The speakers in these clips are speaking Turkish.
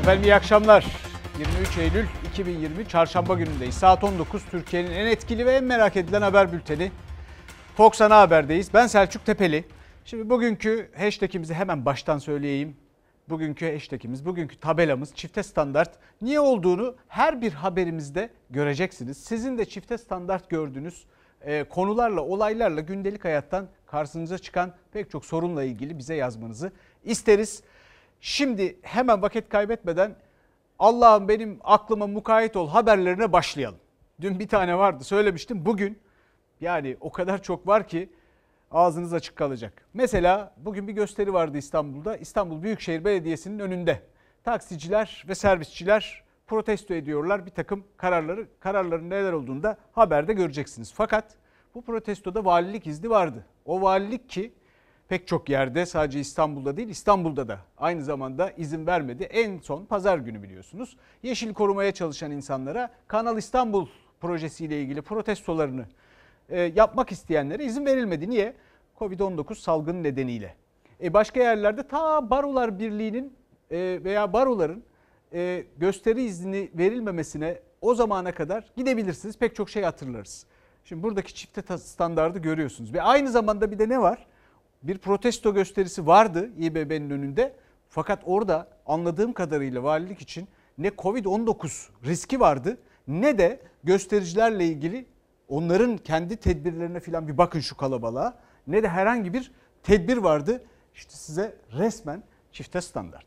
Efendim iyi akşamlar. 23 Eylül 2020 Çarşamba günündeyiz. Saat 19 Türkiye'nin en etkili ve en merak edilen haber bülteni Fox Ana Haber'deyiz. Ben Selçuk Tepeli. Şimdi bugünkü hashtag'imizi hemen baştan söyleyeyim. Bugünkü hashtag'imiz, bugünkü tabelamız çifte standart. Niye olduğunu her bir haberimizde göreceksiniz. Sizin de çifte standart gördüğünüz konularla, olaylarla gündelik hayattan karşınıza çıkan pek çok sorunla ilgili bize yazmanızı isteriz. Şimdi hemen vakit kaybetmeden Allah'ım benim aklıma mukayyet ol haberlerine başlayalım. Dün bir tane vardı söylemiştim, bugün yani o kadar çok var ki ağzınız açık kalacak. Mesela bugün bir gösteri vardı İstanbul'da. İstanbul Büyükşehir Belediyesi'nin önünde taksiciler ve servisçiler protesto ediyorlar. Bir takım kararların neler olduğunu da haberde göreceksiniz. Fakat bu protestoda valilik izni vardı. O valilik ki pek çok yerde, sadece İstanbul'da değil, İstanbul'da da aynı zamanda izin vermedi. En son pazar günü biliyorsunuz. Yeşil korumaya çalışan insanlara Kanal İstanbul projesiyle ilgili protestolarını yapmak isteyenlere izin verilmedi. Niye? Covid-19 salgını nedeniyle. Başka yerlerde ta Barolar Birliği'nin veya baroların gösteri izni verilmemesine o zamana kadar gidebilirsiniz. Pek çok şey hatırlarız. Şimdi buradaki çifte standardı görüyorsunuz. Ve aynı zamanda bir de ne var? Bir protesto gösterisi vardı İBB'nin önünde. Fakat orada anladığım kadarıyla valilik için ne Covid-19 riski vardı ne de göstericilerle ilgili onların kendi tedbirlerine falan bir bakın şu kalabalığa, ne de herhangi bir tedbir vardı. İşte size resmen çifte standart.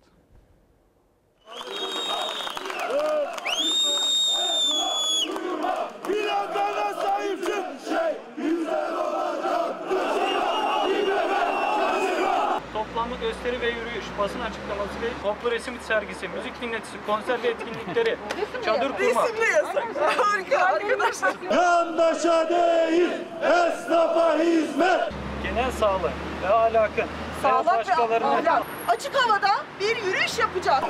Toplanma gösteri ve yürüyüş, basın açıklaması ve toplu resim sergisi, müzik dinletisi, konser ve etkinlikleri, çadır kurma. Resimle yasak. Harika arkadaşlar. Yandaşa değil, esnafa hizmet. Genel sağlık ve ahlakın, Sağlık ve başkalarının ahlak. Açık havada bir yürüyüş yapacağız.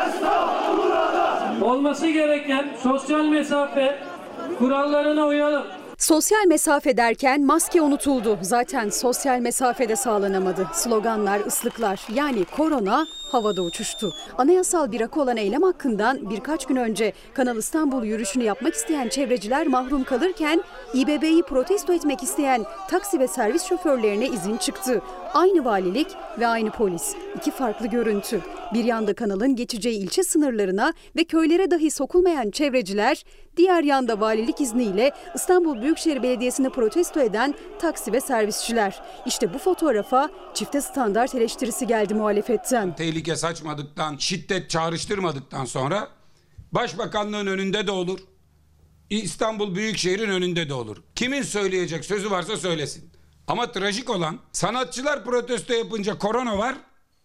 Olması gereken sosyal mesafe kurallarına uyalım. Sosyal mesafe derken maske unutuldu. Zaten sosyal mesafe de sağlanamadı. Sloganlar, ıslıklar, yani korona havada uçuştu. Anayasal bir hak olan eylem hakkından birkaç gün önce Kanal İstanbul yürüyüşünü yapmak isteyen çevreciler mahrum kalırken İBB'yi protesto etmek isteyen taksi ve servis şoförlerine izin çıktı. Aynı valilik ve aynı polis. İki farklı görüntü. Bir yanda kanalın geçeceği ilçe sınırlarına ve köylere dahi sokulmayan çevreciler, diğer yanda valilik izniyle İstanbul Büyükşehir Belediyesi'ni protesto eden taksi ve servisçiler. İşte bu fotoğrafa çifte standart eleştirisi geldi muhalefetten. Tehlike saçmadıktan, şiddet çağrıştırmadıktan sonra Başbakanlığın önünde de olur, İstanbul Büyükşehir'in önünde de olur. Kimin söyleyecek sözü varsa söylesin. Ama trajik olan, sanatçılar protesto yapınca korona var,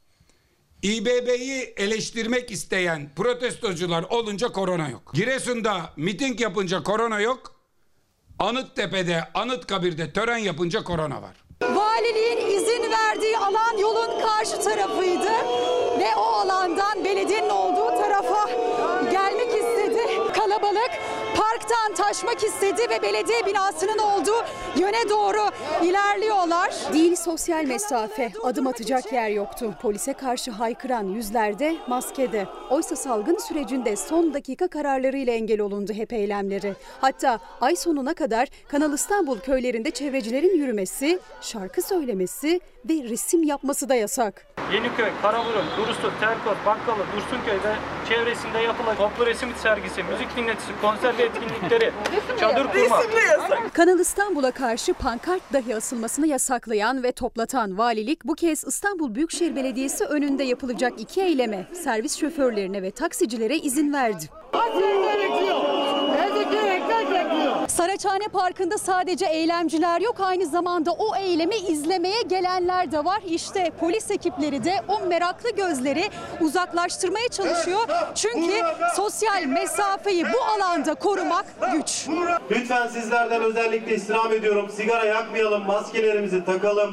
İBB'yi eleştirmek isteyen protestocular olunca korona yok. Giresun'da miting yapınca korona yok, Anıttepe'de, Anıtkabir'de tören yapınca korona var. Valiliğin izin verdiği alan yolun karşı tarafıydı ve o alandan belediyenin olduğu tarafa gelmek istedi. Kalabalık parktan taşmak istedi ve belediye binasının olduğu yöne doğru ilerliyorlar. Değil sosyal mesafe, adım atacak yer yoktu. Polise karşı haykıran yüzlerde maskede. Oysa salgın sürecinde son dakika kararlarıyla engel olundu hep eylemleri. Hatta ay sonuna kadar Kanal İstanbul köylerinde çevrecilerin yürümesi, şarkı söylemesi ve resim yapması da yasak. Yeniköy, Karaburun, Durusu, Terkot, Bakkalı, Dursunköy ve çevresinde yapılan toplu resim sergisi, müzik dinletisi, konser ve etkinlikleri, çadır kurma. Resimle yasak. Kanal İstanbul'a karşı pankart dahi asılmasını yasaklayan ve toplatan valilik bu kez İstanbul Büyükşehir Belediyesi önünde yapılacak iki eyleme, servis şoförlerine ve taksicilere izin verdi. Saraçhane Parkı'nda sadece eylemciler yok, aynı zamanda o eylemi izlemeye gelenler de var. İşte polis ekipleri de o meraklı gözleri uzaklaştırmaya çalışıyor. Çünkü sosyal mesafeyi bu alanda korumak güç. Lütfen sizlerden özellikle istirham ediyorum. Sigara yakmayalım, maskelerimizi takalım.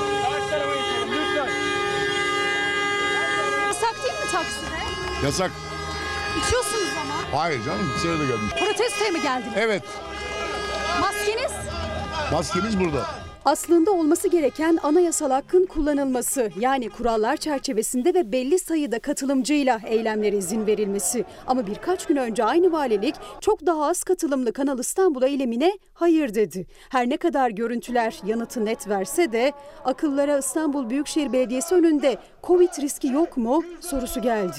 Yasak değil mi takside? Yasak. İçiyorsunuz ama. Hayır canım, içeri de geldim. Protestoya mı geldiniz? Evet, Maskeniz? maskemiz burada. Aslında olması gereken anayasal hakkın kullanılması, yani kurallar çerçevesinde ve belli sayıda katılımcıyla eylemlere izin verilmesi. Ama birkaç gün önce aynı valilik çok daha az katılımlı Kanal İstanbul eylemine hayır dedi. Her ne kadar görüntüler yanıtı net verse de akıllara İstanbul Büyükşehir Belediyesi önünde Covid riski yok mu sorusu geldi.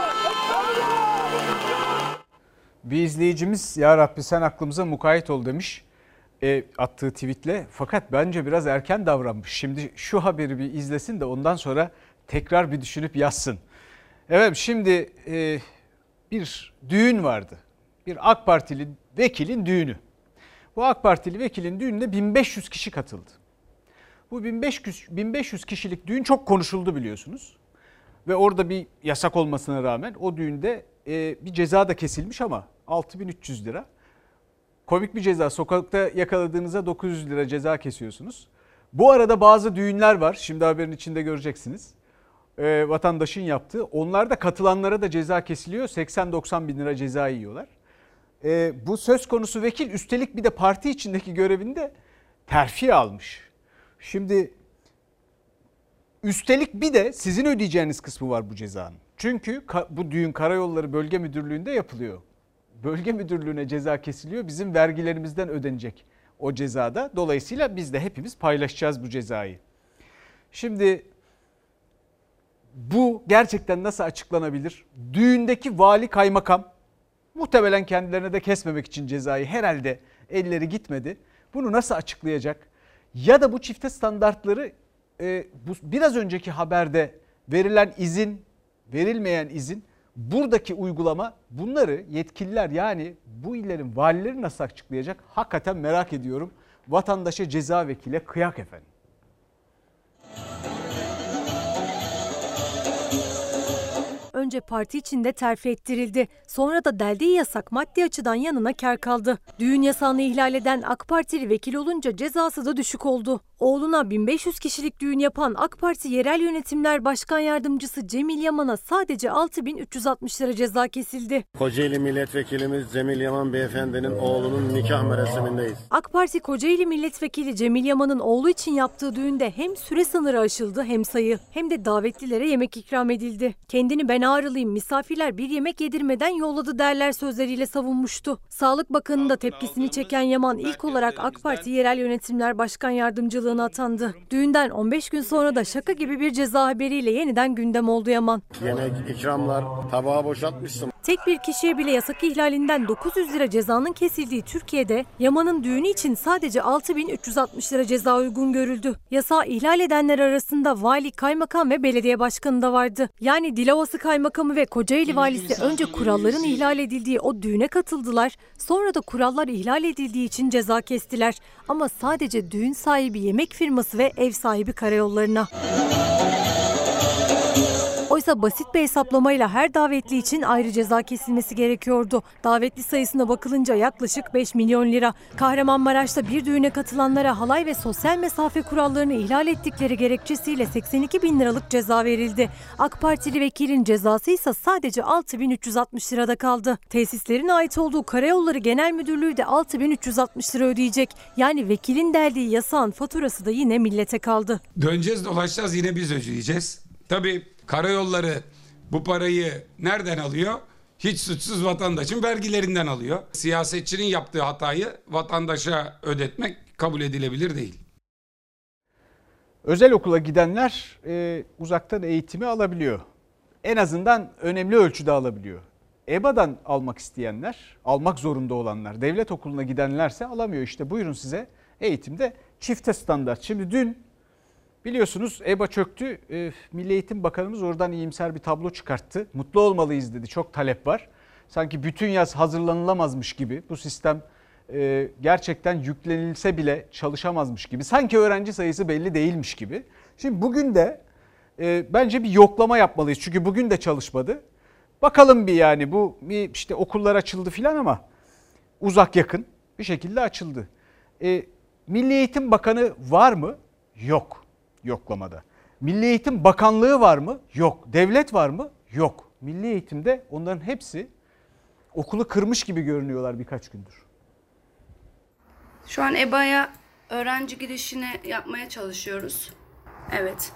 Bir izleyicimiz ya Rabbi sen aklımıza mukayyet ol demiş attığı tweetle. Fakat bence biraz erken davranmış. Şimdi şu haberi bir izlesin de ondan sonra tekrar bir düşünüp yazsın. Evet, şimdi bir düğün vardı. Bir AK Partili vekilin düğünü. Bu AK Partili vekilin düğününe 1500 kişi katıldı. Bu 1500 kişilik düğün çok konuşuldu biliyorsunuz. Ve orada bir yasak olmasına rağmen o düğünde bir ceza da kesilmiş ama 6.300 lira. Komik bir ceza. Sokakta yakaladığınızda 900 lira ceza kesiyorsunuz. Bu arada bazı düğünler var. Şimdi haberin içinde göreceksiniz. Vatandaşın yaptığı. Onlarda katılanlara da ceza kesiliyor. 80-90 bin lira ceza yiyorlar. Bu söz konusu vekil üstelik bir de parti içindeki görevinde terfi almış. Şimdi üstelik bir de sizin ödeyeceğiniz kısmı var bu cezanın. Çünkü bu düğün Karayolları Bölge Müdürlüğü'nde yapılıyor. Bölge müdürlüğüne ceza kesiliyor. Bizim vergilerimizden ödenecek o cezada. Dolayısıyla biz de hepimiz paylaşacağız bu cezayı. Şimdi bu gerçekten nasıl açıklanabilir? Düğündeki vali kaymakam muhtemelen kendilerine de kesmemek için cezayı herhalde elleri gitmedi. Bunu nasıl açıklayacak? Ya da bu çifte standartları bu biraz önceki haberde verilen izin, verilmeyen izin, buradaki uygulama, bunları yetkililer yani bu illerin valileri nasıl açıklayacak? Hakikaten merak ediyorum. Vatandaşa ceza vekile kıyak efendim. Önce parti içinde terfi ettirildi. Sonra da deldiği yasak maddi açıdan yanına kâr kaldı. Düğün yasağını ihlal eden AK Partili vekil olunca cezası da düşük oldu. Oğluna 1500 kişilik düğün yapan AK Parti Yerel Yönetimler Başkan Yardımcısı Cemil Yaman'a sadece 6.360 lira ceza kesildi. Kocaeli Milletvekilimiz Cemil Yaman Beyefendinin oğlunun nikah merasemindeyiz. AK Parti Kocaeli Milletvekili Cemil Yaman'ın oğlu için yaptığı düğünde hem süre sınırı aşıldı hem sayı hem de davetlilere yemek ikram edildi. Kendini ben ağrılıyım, misafirler bir yemek yedirmeden yolladı derler sözleriyle savunmuştu. Sağlık Bakanı'nın da tepkisini çeken Yaman ilk olarak AK Parti Yerel Yönetimler Başkan Yardımcılığı atandı. Düğünden 15 gün sonra da şaka gibi bir ceza haberiyle yeniden gündem oldu Yaman. Yemek, ikramlar, tabağı boşaltmışsın. Tek bir kişiye bile yasak ihlalinden 900 lira cezanın kesildiği Türkiye'de Yaman'ın düğünü için sadece 6.360 lira ceza uygun görüldü. Yasağı ihlal edenler arasında vali, kaymakam ve belediye başkanı da vardı. Yani Dilovası Kaymakamı ve Kocaeli valisi önce kuralların ihlal edildiği o düğüne katıldılar. Sonra da kurallar ihlal edildiği için ceza kestiler. Ama sadece düğün sahibi yemek firması ve ev sahibi Karayolları'na. Oysa basit bir hesaplamayla her davetli için ayrı ceza kesilmesi gerekiyordu. Davetli sayısına bakılınca yaklaşık 5 milyon lira. Kahramanmaraş'ta bir düğüne katılanlara halay ve sosyal mesafe kurallarını ihlal ettikleri gerekçesiyle 82 bin liralık ceza verildi. AK Partili vekilin cezası ise sadece 6.360 lirada kaldı. Tesislerin ait olduğu Karayolları Genel Müdürlüğü de 6.360 lira ödeyecek. Yani vekilin deldiği yasağın faturası da yine millete kaldı. Döneceğiz dolaşacağız, yine biz ödeyeceğiz. Tabii Karayolları bu parayı nereden alıyor? Hiç suçsuz vatandaşın vergilerinden alıyor. Siyasetçinin yaptığı hatayı vatandaşa ödetmek kabul edilebilir değil. Özel okula gidenler uzaktan eğitimi alabiliyor. En azından önemli ölçüde alabiliyor. EBA'dan almak isteyenler, almak zorunda olanlar, devlet okuluna gidenlerse alamıyor. İşte buyurun size eğitimde çifte standart. Şimdi dün biliyorsunuz EBA çöktü. Milli Eğitim Bakanımız oradan iyimser bir tablo çıkarttı. Mutlu olmalıyız dedi. Çok talep var. Sanki bütün yaz hazırlanılamazmış gibi. Bu sistem gerçekten yüklenilse bile çalışamazmış gibi. Sanki öğrenci sayısı belli değilmiş gibi. Şimdi bugün de bence bir yoklama yapmalıyız. Çünkü bugün de çalışmadı. Bakalım bir yani bu işte okullar açıldı filan ama uzak yakın bir şekilde açıldı. Milli Eğitim Bakanı var mı? Yok. Yoklamada. Milli Eğitim Bakanlığı var mı? Yok. Devlet var mı? Yok. Milli Eğitim'de onların hepsi okulu kırmış gibi görünüyorlar birkaç gündür. Şu an EBA'ya Öğrenci girişini yapmaya çalışıyoruz. Evet.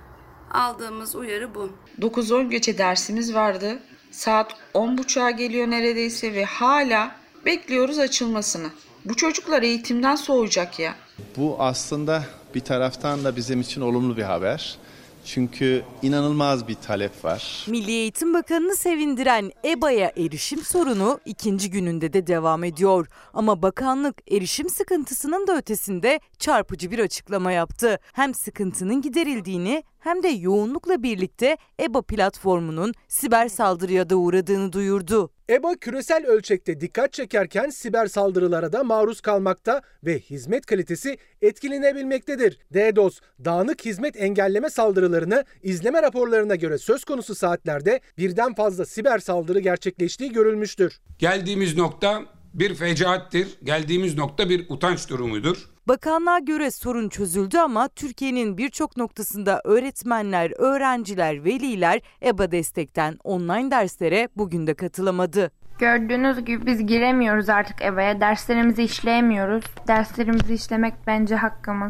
Aldığımız uyarı bu. 9-10 geçe dersimiz vardı. Saat 10.30'a geliyor neredeyse ve hala bekliyoruz açılmasını. Bu çocuklar eğitimden soğuyacak ya. Bu aslında bir taraftan da bizim için olumlu bir haber. Çünkü inanılmaz bir talep var. Milli Eğitim Bakanı'nı sevindiren EBA'ya erişim sorunu ikinci gününde de devam ediyor. Ama bakanlık erişim sıkıntısının da ötesinde çarpıcı bir açıklama yaptı. Hem sıkıntının giderildiğini hem de yoğunlukla birlikte EBA platformunun siber saldırıya da uğradığını duyurdu. EBA küresel ölçekte dikkat çekerken siber saldırılara da maruz kalmakta ve hizmet kalitesi etkilenebilmektedir. DDoS, dağınık hizmet engelleme saldırılarını izleme raporlarına göre söz konusu saatlerde birden fazla siber saldırı gerçekleştiği görülmüştür. Geldiğimiz nokta bir fecaattir. Geldiğimiz nokta bir utanç durumudur. Bakanlığa göre sorun çözüldü ama Türkiye'nin birçok noktasında öğretmenler, öğrenciler, veliler EBA destekten online derslere bugün de katılamadı. Gördüğünüz gibi biz giremiyoruz artık EBA'ya. Derslerimizi işleyemiyoruz. Derslerimizi işlemek bence hakkımız.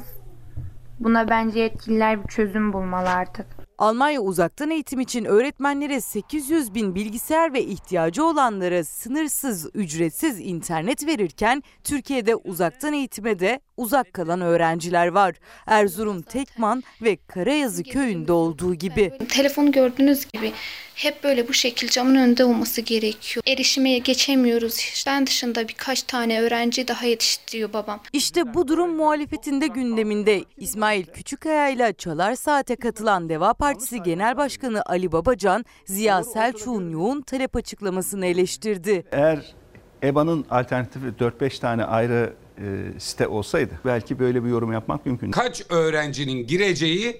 Buna bence yetkililer bir çözüm bulmalı artık. Almanya uzaktan eğitim için öğretmenlere 800 bin bilgisayar ve ihtiyacı olanlara sınırsız, ücretsiz internet verirken Türkiye'de uzaktan eğitime de uzak kalan öğrenciler var. Erzurum, Tekman ve Karayazı köyünde olduğu gibi. Telefonu gördüğünüz gibi hep böyle bu şekil camın önünde olması gerekiyor. Erişime geçemiyoruz. Ben dışında birkaç tane öğrenci daha yetiştiriyor babam. İşte bu durum muhalefetinde gündeminde. İsmail Küçükkaya ile Çalar Saat'e katılan Deva Partisi Genel Başkanı Ali Babacan, Ziya Selçuk'un yoğun talep açıklamasını eleştirdi. Eğer EBA'nın alternatifi 4-5 tane ayrı site olsaydı belki böyle bir yorum yapmak mümkün. Kaç öğrencinin gireceği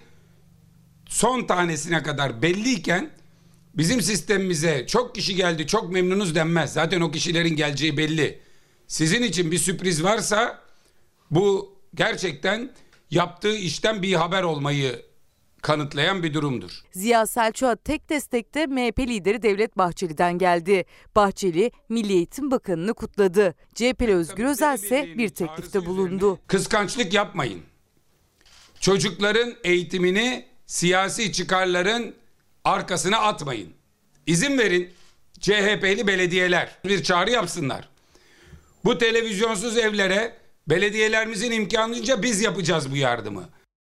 son tanesine kadar belliyken bizim sistemimize çok kişi geldi, çok memnunuz denmez. Zaten o kişilerin geleceği belli. Sizin için bir sürpriz varsa bu gerçekten yaptığı işten bir haber olmayı kanıtlayan bir durumdur. Ziya Selçuk'a tek destek de MHP lideri Devlet Bahçeli'den geldi. Bahçeli, Milli Eğitim Bakanı'nı kutladı. CHP'li Özgür Özel ise bir teklifte bulundu. Kıskançlık yapmayın. Çocukların eğitimini siyasi çıkarların arkasına atmayın. İzin verin CHP'li belediyeler bir çağrı yapsınlar. Bu televizyonsuz evlere belediyelerimizin imkanınca biz yapacağız bu yardımı.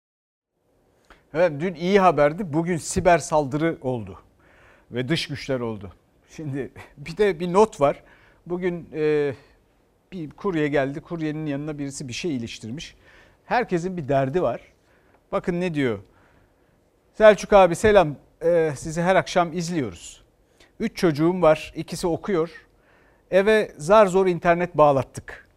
Evet, dün iyi haberdi. Bugün siber saldırı oldu. Ve dış güçler oldu. Şimdi bir de bir not var. Bugün bir kurye geldi. Kuryenin yanına birisi bir şey iliştirmiş. Herkesin bir derdi var. Bakın ne diyor. Selçuk abi selam. Sizi her akşam izliyoruz. 3 çocuğum var. İkisi okuyor. Eve zar zor internet bağlattık.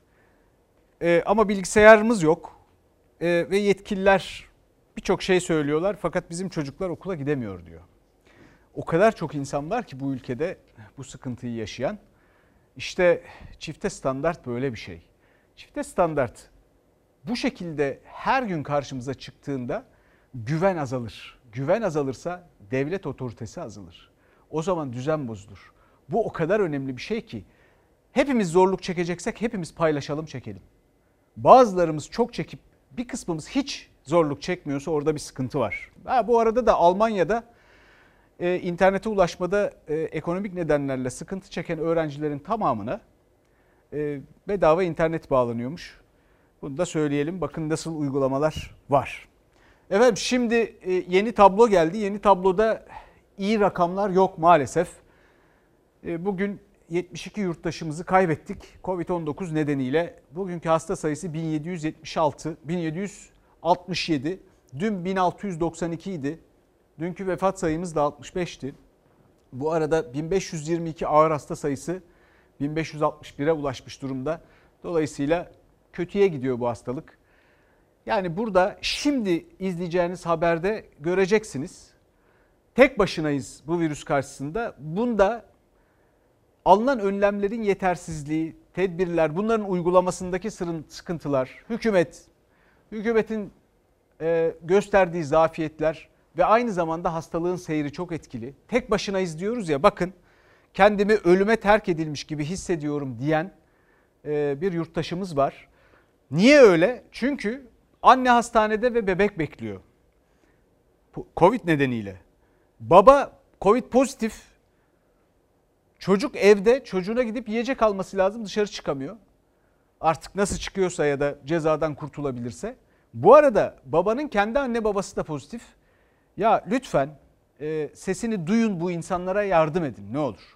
Ama bilgisayarımız yok. Ve yetkililer birçok şey söylüyorlar. Fakat bizim çocuklar okula gidemiyor diyor. O kadar çok insan var ki bu ülkede bu sıkıntıyı yaşayan. İşte çifte standart böyle bir şey. Çifte standart bu şekilde her gün karşımıza çıktığında güven azalır. Güven azalırsa devlet otoritesi azalır. O zaman düzen bozulur. Bu o kadar önemli bir şey ki hepimiz zorluk çekeceksek hepimiz paylaşalım, çekelim. Bazılarımız çok çekip bir kısmımız hiç zorluk çekmiyorsa orada bir sıkıntı var. Bu arada da Almanya'da internete ulaşmada ekonomik nedenlerle sıkıntı çeken öğrencilerin tamamına bedava internet bağlanıyormuş. Bunu da söyleyelim. Bakın nasıl uygulamalar var. Efendim şimdi yeni tablo geldi. Yeni tabloda iyi rakamlar yok maalesef. Bugün 72 yurttaşımızı kaybettik Covid-19 nedeniyle. Bugünkü hasta sayısı 1767. Dün 1692 idi. Dünkü vefat sayımız da 65'ti. Bu arada 1522 ağır hasta sayısı 1561'e ulaşmış durumda. Dolayısıyla kötüye gidiyor bu hastalık. Yani burada şimdi izleyeceğiniz haberde göreceksiniz. Tek başınayız bu virüs karşısında. Bunda alınan önlemlerin yetersizliği, tedbirler, bunların uygulamasındaki sıkıntılar, hükümetin gösterdiği zafiyetler ve aynı zamanda hastalığın seyri çok etkili. Tek başınayız diyoruz ya, bakın kendimi ölüme terk edilmiş gibi hissediyorum diyen bir yurttaşımız var. Niye öyle? Çünkü anne hastanede ve bebek bekliyor. Covid nedeniyle. Baba Covid pozitif. Çocuk evde, çocuğuna gidip yiyecek alması lazım, dışarı çıkamıyor. Artık nasıl çıkıyorsa ya da cezadan kurtulabilirse. Bu arada babanın kendi anne babası da pozitif. Ya lütfen sesini duyun, bu insanlara yardım edin ne olur.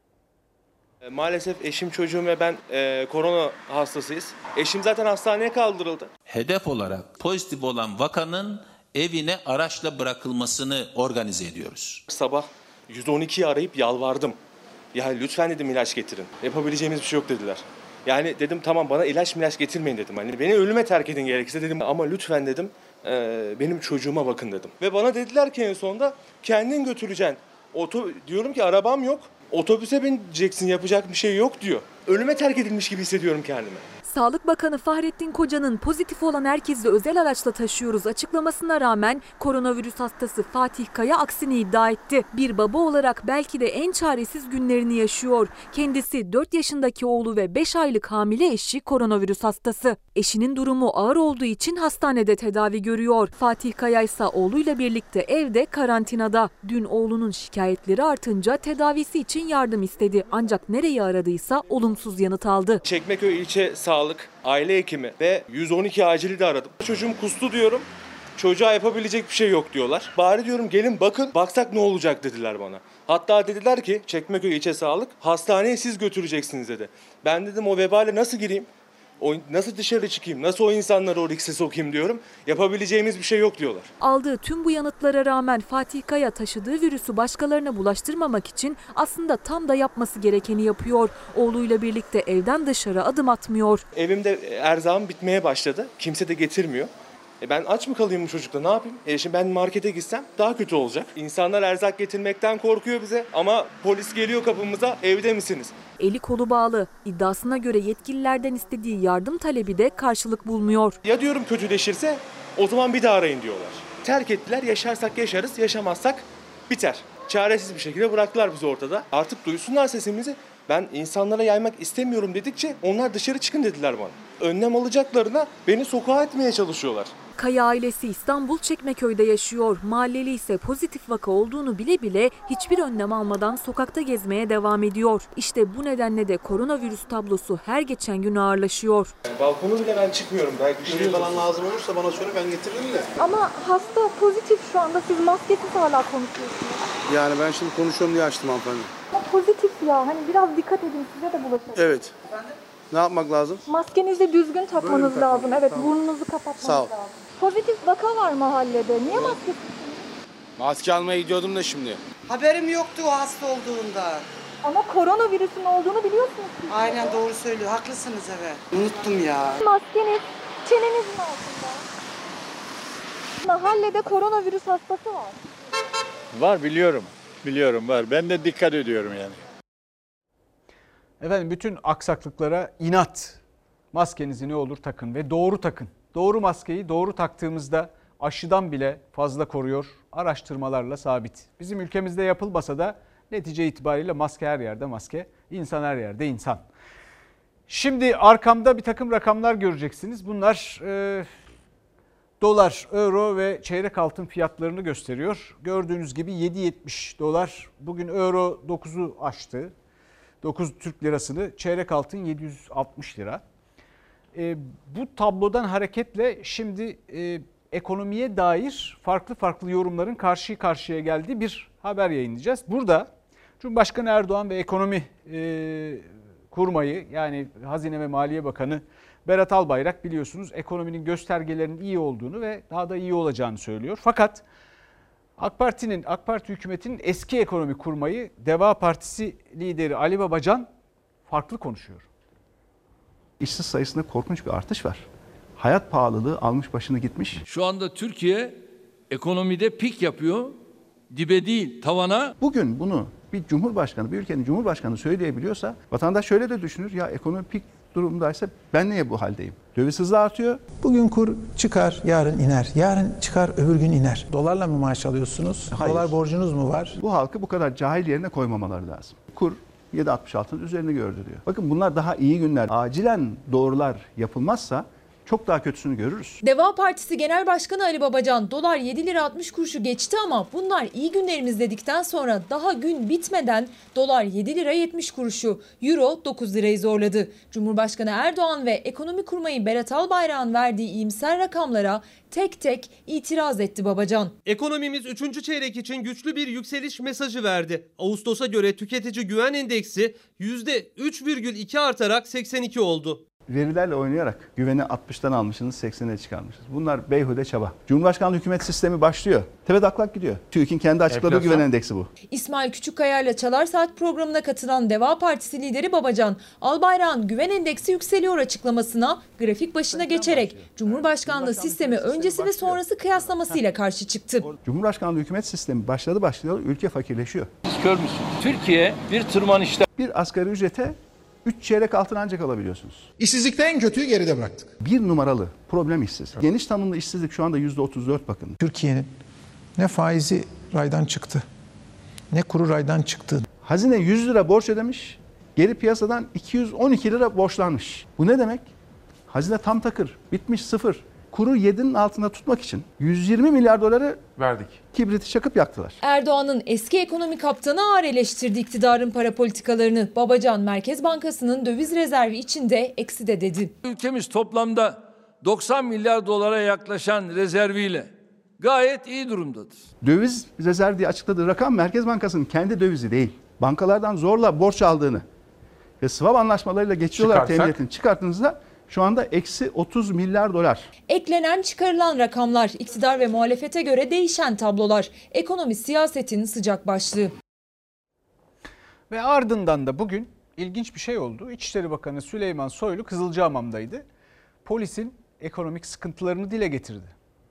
Maalesef eşim, çocuğum ve ben korona hastasıyız. Eşim zaten hastaneye kaldırıldı. Hedef olarak pozitif olan vakanın evine araçla bırakılmasını organize ediyoruz. Sabah 112'yi arayıp yalvardım. Ya lütfen dedim ilaç getirin. Yapabileceğimiz bir şey yok dediler. Yani dedim tamam bana ilaç getirmeyin dedim. Hani beni ölüme terk edin gerekirse dedim ama lütfen dedim benim çocuğuma bakın dedim. Ve bana dediler ki en sonunda kendin götüreceksin. Diyorum ki arabam yok. Otobüse bineceksin, yapacak bir şey yok diyor. Ölüme terk edilmiş gibi hissediyorum kendimi. Sağlık Bakanı Fahrettin Koca'nın pozitif olan herkesi özel araçla taşıyoruz açıklamasına rağmen koronavirüs hastası Fatih Kaya aksini iddia etti. Bir baba olarak belki de en çaresiz günlerini yaşıyor. Kendisi 4 yaşındaki oğlu ve 5 aylık hamile eşi koronavirüs hastası. Eşinin durumu ağır olduğu için hastanede tedavi görüyor. Fatih Kaya ise oğluyla birlikte evde karantinada. Dün oğlunun şikayetleri artınca tedavisi için yardım istedi. Ancak nereyi aradıysa olumsuz yanıt aldı. Çekmeköy ilçe sağlık, aile hekimi ve 112 acili de aradım. Çocuğum kustu diyorum. Çocuğa yapabilecek bir şey yok diyorlar. Bari diyorum gelin bakın, baksak ne olacak dediler bana. Hatta dediler ki Çekmeköy ilçe sağlık hastaneye siz götüreceksiniz dedi. Ben dedim o vebale nasıl gireyim? Nasıl dışarı çıkayım? Nasıl o insanları o riske sokayım diyorum. Yapabileceğimiz bir şey yok diyorlar. Aldığı tüm bu yanıtlara rağmen Fatih Kaya taşıdığı virüsü başkalarına bulaştırmamak için aslında tam da yapması gerekeni yapıyor. Oğluyla birlikte evden dışarı adım atmıyor. Evimde erzağım bitmeye başladı. Kimse de getirmiyor. Ben aç mı kalayım bu çocukla, ne yapayım? Şimdi ben markete gitsem daha kötü olacak. İnsanlar erzak getirmekten korkuyor bize ama polis geliyor kapımıza, evde misiniz? Eli kolu bağlı. İddiasına göre yetkililerden istediği yardım talebi de karşılık bulmuyor. Ya diyorum kötüleşirse o zaman bir daha arayın diyorlar. Terk ettiler, yaşarsak yaşarız, yaşamazsak biter. Çaresiz bir şekilde bıraktılar bizi ortada. Artık duysunlar sesimizi. Ben insanlara yaymak istemiyorum dedikçe onlar dışarı çıkın dediler bana. Önlem alacaklarına beni sokağa etmeye çalışıyorlar. Kaya ailesi İstanbul Çekmeköy'de yaşıyor. Mahalleli ise pozitif vaka olduğunu bile bile hiçbir önlem almadan sokakta gezmeye devam ediyor. İşte bu nedenle de koronavirüs tablosu her geçen gün ağırlaşıyor. Balkona bile ben çıkmıyorum. Belki bir şey falan lazım olursa bana söyle, ben getiririm de. Ama hasta pozitif şu anda, siz maskesiz hala konuşuyorsunuz. Yani ben şimdi konuşuyorum diye açtım hanımefendi. Ama pozitif ya, hani biraz dikkat edin, size de bulaşır. Evet. Ne yapmak lazım? Maskenizi düzgün takmanız lazım. Evet, tamam. Burnunuzu kapatmanız Sağ ol. lazım. Pozitif vaka var mahallede. Niye maske? Maske almaya gidiyordum da şimdi. Haberim yoktu o hasta olduğunda. Ama koronavirüsün olduğunu biliyorsunuz. Aynen, doğru söylüyor. Haklısınız, evet. Unuttum ya. Maskeniz çenenizin altında. Mahallede koronavirüs hastası var. Var, biliyorum. Biliyorum, var. Ben de dikkat ediyorum yani. Efendim bütün aksaklıklara inat. Maskenizi ne olur takın ve doğru takın. Doğru maskeyi doğru taktığımızda aşıdan bile fazla koruyor. Araştırmalarla sabit. Bizim ülkemizde yapılmasa da netice itibariyle maske her yerde maske. İnsan her yerde insan. Şimdi arkamda bir takım rakamlar göreceksiniz. Bunlar dolar, euro ve çeyrek altın fiyatlarını gösteriyor. Gördüğünüz gibi 7.70 dolar. Bugün euro 9'u aştı. 9 Türk lirasını, çeyrek altın 760 lira. Bu tablodan hareketle şimdi ekonomiye dair farklı yorumların karşı karşıya geldiği bir haber yayınlayacağız. Burada Cumhurbaşkanı Erdoğan ve ekonomi kurmayı, yani Hazine ve Maliye Bakanı Berat Albayrak biliyorsunuz ekonominin göstergelerinin iyi olduğunu ve daha da iyi olacağını söylüyor. Fakat AK Parti hükümetinin eski ekonomi kurmayı Deva Partisi lideri Ali Babacan farklı konuşuyor. İşsiz sayısında korkunç bir artış var. Hayat pahalılığı almış başını gitmiş. Şu anda Türkiye ekonomide pik yapıyor. Dibe değil, tavana. Bugün bunu bir cumhurbaşkanı, bir ülkenin cumhurbaşkanı söyleyebiliyorsa vatandaş şöyle de düşünür. Ya ekonomi pik durumdaysa ben niye bu haldeyim? Döviz hızla artıyor. Bugün kur çıkar, yarın iner. Yarın çıkar, öbür gün iner. Dolarla mı maaş alıyorsunuz? Hayır. Dolar borcunuz mu var? Bu halkı bu kadar cahil yerine koymamaları lazım. Kur 7.66'ın üzerine gördü diyor. Bakın bunlar daha iyi günler. Acilen doğrular yapılmazsa çok daha kötüsünü görürüz. Deva Partisi Genel Başkanı Ali Babacan dolar 7 lira 60 kuruşu geçti ama bunlar iyi günlerimiz dedikten sonra daha gün bitmeden dolar 7 lira 70 kuruşu, euro 9 lirayı zorladı. Cumhurbaşkanı Erdoğan ve ekonomi kurmayı Berat Albayrak'ın verdiği iyimser rakamlara tek tek itiraz etti Babacan. Ekonomimiz 3. çeyrek için güçlü bir yükseliş mesajı verdi. Ağustos'a göre tüketici güven endeksi %3,2 artarak 82 oldu. Verilerle oynayarak güveni 60'tan almışsınız 80'e çıkarmışsınız. Bunlar beyhude çaba. Cumhurbaşkanlığı hükümet sistemi başlıyor. Tepedaklak gidiyor. TÜİK'in kendi açıkladığı güven endeksi bu. İsmail Küçükkaya ile Çalar Saat programına katılan Deva Partisi lideri Babacan, Albayrak'ın güven endeksi yükseliyor açıklamasına grafik başına geçerek Cumhurbaşkanlığı sistemi öncesi ve sonrası kıyaslamasıyla karşı çıktı. Cumhurbaşkanlığı hükümet sistemi başladı ülke fakirleşiyor. Siz kör müsünüz? Türkiye bir tırmanışta. Bir asgari ücrete 3 çeyrek altın ancak alabiliyorsunuz. İşsizlikte en kötüyü geride bıraktık. Bir numaralı problem işsiz. Geniş tanımlı işsizlik şu anda %34 bakın. Türkiye'nin ne faizi raydan çıktı, ne kuru raydan çıktı. Hazine 100 lira borç ödemiş, geri piyasadan 212 lira borçlanmış. Bu ne demek? Hazine tam takır, bitmiş sıfır. Kuru 7'nin altında tutmak için 120 milyar doları verdik. Kibriti çakıp yaktılar. Erdoğan'ın eski ekonomi kaptanı ağır eleştirdi iktidarın para politikalarını. Babacan Merkez Bankası'nın döviz rezervi içinde eksi de dedi. Ülkemiz toplamda 90 milyar dolara yaklaşan rezerviyle gayet iyi durumdadır. Döviz rezervi diye açıkladığı rakam Merkez Bankası'nın kendi dövizi değil. Bankalardan zorla borç aldığını ve swap anlaşmalarıyla geçiyorlar teminiyetin çıkarttığınızda şu anda eksi 30 milyar dolar. Eklenen çıkarılan rakamlar, iktidar ve muhalefete göre değişen tablolar. Ekonomi siyasetin sıcak başlığı. Ve ardından da bugün ilginç bir şey oldu. İçişleri Bakanı Süleyman Soylu Kızılcahamam'daydı. Polisin ekonomik sıkıntılarını dile getirdi.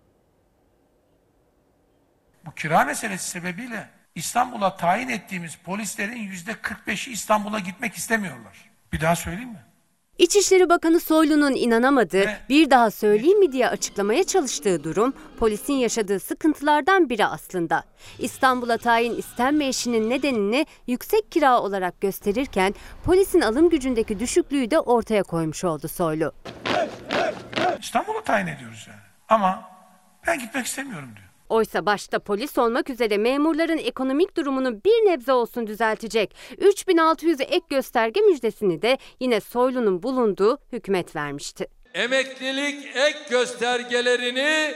Bu kira meselesi sebebiyle İstanbul'a tayin ettiğimiz polislerin %45'i İstanbul'a gitmek istemiyorlar. Bir daha söyleyeyim mi? İçişleri Bakanı Soylu'nun inanamadığı, bir daha söyleyeyim mi diye açıklamaya çalıştığı durum, polisin yaşadığı sıkıntılardan biri aslında. İstanbul'a tayin istenmeyişinin nedenini yüksek kira olarak gösterirken, polisin alım gücündeki düşüklüğü de ortaya koymuş oldu Soylu. İstanbul'a tayin ediyoruz yani. Ama ben gitmek istemiyorum diyor. Oysa başta polis olmak üzere memurların ekonomik durumunu bir nebze olsun düzeltecek 3600 ek gösterge müjdesini de yine Soylu'nun bulunduğu hükümet vermişti. Emeklilik ek göstergelerini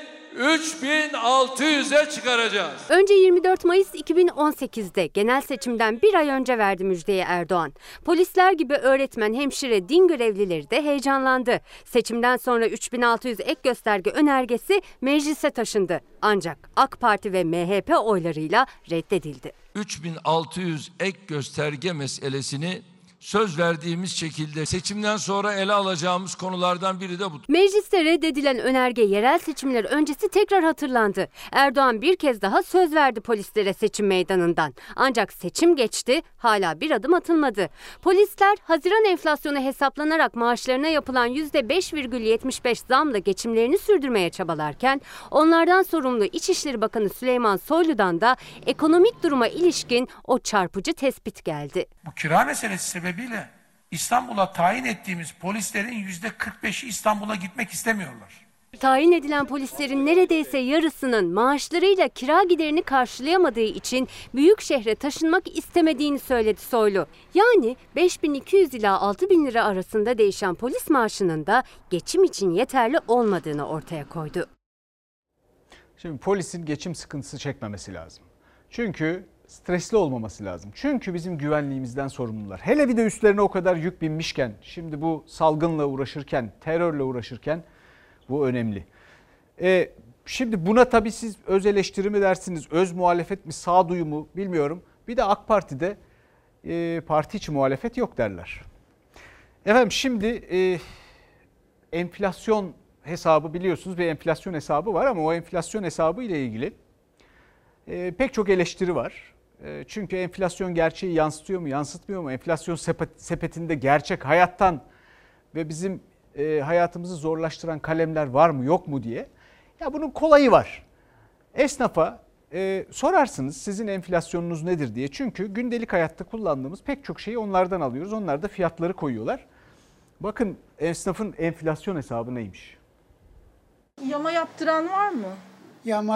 3600'e çıkaracağız. Önce 24 Mayıs 2018'de genel seçimden bir ay önce verdi müjdeyi Erdoğan. Polisler gibi öğretmen, hemşire, din görevlileri de heyecanlandı. Seçimden sonra 3600 ek gösterge önergesi meclise taşındı. Ancak AK Parti ve MHP oylarıyla reddedildi. 3600 ek gösterge meselesini söz verdiğimiz şekilde seçimden sonra ele alacağımız konulardan biri de bu. Mecliste reddedilen önerge yerel seçimler öncesi tekrar hatırlandı. Erdoğan bir kez daha söz verdi polislere seçim meydanından. Ancak seçim geçti, hala bir adım atılmadı. Polisler Haziran enflasyonu hesaplanarak maaşlarına yapılan %5,75 zamla geçimlerini sürdürmeye çabalarken onlardan sorumlu İçişleri Bakanı Süleyman Soylu'dan da ekonomik duruma ilişkin o çarpıcı tespit geldi. Bu kira meselesi sebebiyle İstanbul'a tayin ettiğimiz polislerin %45'i İstanbul'a gitmek istemiyorlar. Tayin edilen polislerin neredeyse yarısının maaşlarıyla kira giderini karşılayamadığı için büyük şehre taşınmak istemediğini söyledi Soylu. Yani 5200 ila 6000 lira arasında değişen polis maaşının da geçim için yeterli olmadığını ortaya koydu. Şimdi polisin geçim sıkıntısı çekmemesi lazım. Çünkü stresli olmaması lazım. Çünkü bizim güvenliğimizden sorumlular. Hele bir de üstlerine o kadar yük binmişken, şimdi bu salgınla uğraşırken, terörle uğraşırken bu önemli. Şimdi buna tabii siz öz eleştiri mi dersiniz, öz muhalefet mi, sağduyu mu bilmiyorum. Bir de AK Parti'de parti içi muhalefet yok derler. Efendim şimdi enflasyon hesabı, biliyorsunuz bir enflasyon hesabı var ama o enflasyon hesabı ile ilgili pek çok eleştiri var. Çünkü enflasyon gerçeği yansıtıyor mu, yansıtmıyor mu? Enflasyon sepetinde gerçek hayattan ve bizim hayatımızı zorlaştıran kalemler var mı, yok mu diye. Ya bunun kolayı var. Esnafa sorarsınız sizin enflasyonunuz nedir diye. Çünkü gündelik hayatta kullandığımız pek çok şeyi onlardan alıyoruz. Onlar da fiyatları koyuyorlar. Bakın esnafın enflasyon hesabı neymiş? Yama yaptıran var mı? Yama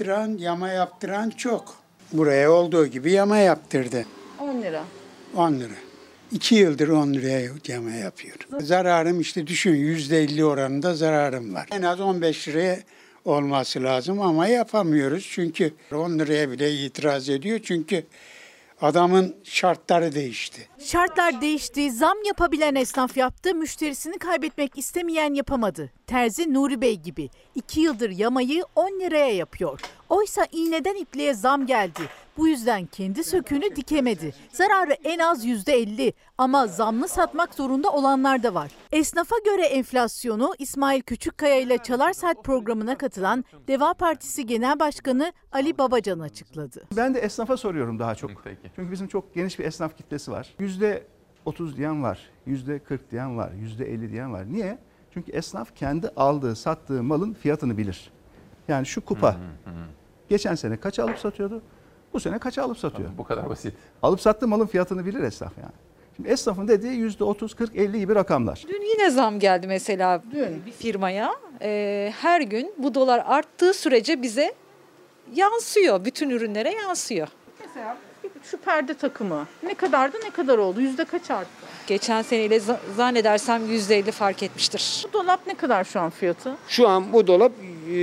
yaptıran çok. Buraya olduğu gibi yama yaptırdı. 10 lira. 10 lira. 2 yıldır 10 liraya yama yapıyor. Zararım işte düşün %50 oranında zararım var. En az 15 liraya olması lazım ama yapamıyoruz. Çünkü 10 liraya bile itiraz ediyor. Çünkü adamın şartları değişti. Şartlar değişti, zam yapabilen esnaf yaptı, müşterisini kaybetmek istemeyen yapamadı. Terzi Nuri Bey gibi 2 yıldır yamayı 10 liraya yapıyor. Oysa iğneden ipliğe zam geldi. Bu yüzden kendi söküğünü dikemedi. Zararı en az %50 ama zamlı satmak zorunda olanlar da var. Esnafa göre enflasyonu İsmail Küçükkaya ile Çalar Saat programına katılan Deva Partisi Genel Başkanı Ali Babacan açıkladı. Ben de esnafa soruyorum daha çok. Çünkü bizim çok geniş bir esnaf kitlesi var. %30 diyen var, %40 diyen var, %50 diyen var. Niye? Çünkü esnaf kendi aldığı, sattığı malın fiyatını bilir. Yani şu kupa geçen sene kaça alıp satıyordu? Bu sene kaça alıp satıyor? Bu kadar basit. Alıp sattığı malın fiyatını bilir esnaf yani. Şimdi esnafın dediği %30, 40, 50 gibi rakamlar. Dün yine zam geldi mesela bir firmaya. Her gün bu dolar arttığı sürece bize yansıyor. Bütün ürünlere yansıyor. Mesela şu perde takımı ne kadardı, ne kadar oldu? Yüzde kaç arttı? Geçen seneyle zannedersem %50 fark etmiştir. Bu dolap ne kadar şu an fiyatı? Şu an bu dolap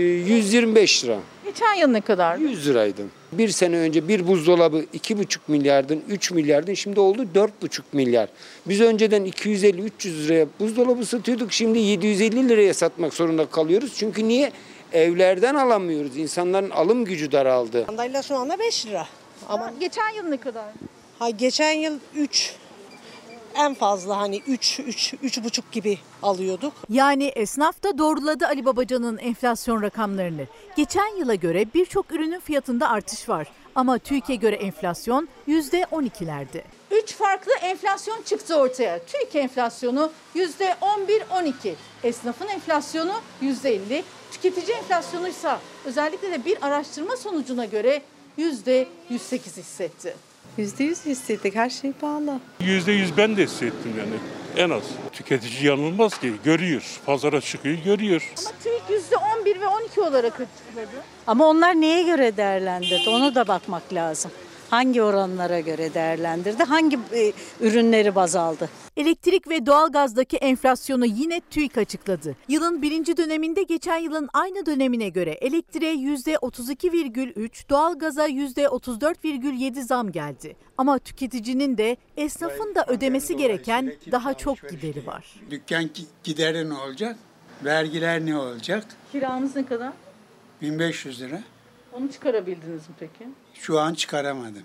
125 lira. Geçen yıl ne kadardı? 100 liraydı. Bir sene önce bir buzdolabı 2,5 milyardın, 3 milyardın, şimdi oldu 4,5 milyar. Biz önceden 250-300 liraya buzdolabı satıyorduk, şimdi 750 liraya satmak zorunda kalıyoruz. Çünkü niye? Evlerden alamıyoruz. İnsanların alım gücü daraldı. Sandalye şu anda 5 lira. Ama geçen yıl ne kadar? Geçen yıl 3. En fazla 3,5 gibi alıyorduk. Yani esnaf da doğruladı Ali Babacan'ın enflasyon rakamlarını. Geçen yıla göre birçok ürünün fiyatında artış var. Ama TÜİK'e göre enflasyon %12'lerde. 3 farklı enflasyon çıktı ortaya. TÜİK enflasyonu %11-12. Esnafın enflasyonu %50. Tüketici enflasyonu ise özellikle de bir araştırma sonucuna göre %108 hissetti. %100 hissettik. Her şey pahalı. %100 ben de hissettim yani en az. Tüketici yanılmaz ki, görüyor. Pazara çıkıyor, görüyor. Ama TÜİK %11 ve 12 olarak açıkladı. Ama onlar neye göre değerlendirdi? Ona da bakmak lazım. Hangi oranlara göre değerlendirdi? Hangi ürünleri baz aldı? Elektrik ve doğalgazdaki enflasyonu yine TÜİK açıkladı. Yılın birinci döneminde geçen yılın aynı dönemine göre elektriğe %32,3, doğalgaza %34,7 zam geldi. Ama tüketicinin de esnafın da ödemesi gereken daha çok gideri var. Dükkan gideri ne olacak? Vergiler ne olacak? Kiranız ne kadar? 1500 lira. Onu çıkarabildiniz mi peki? Şu an çıkaramadım.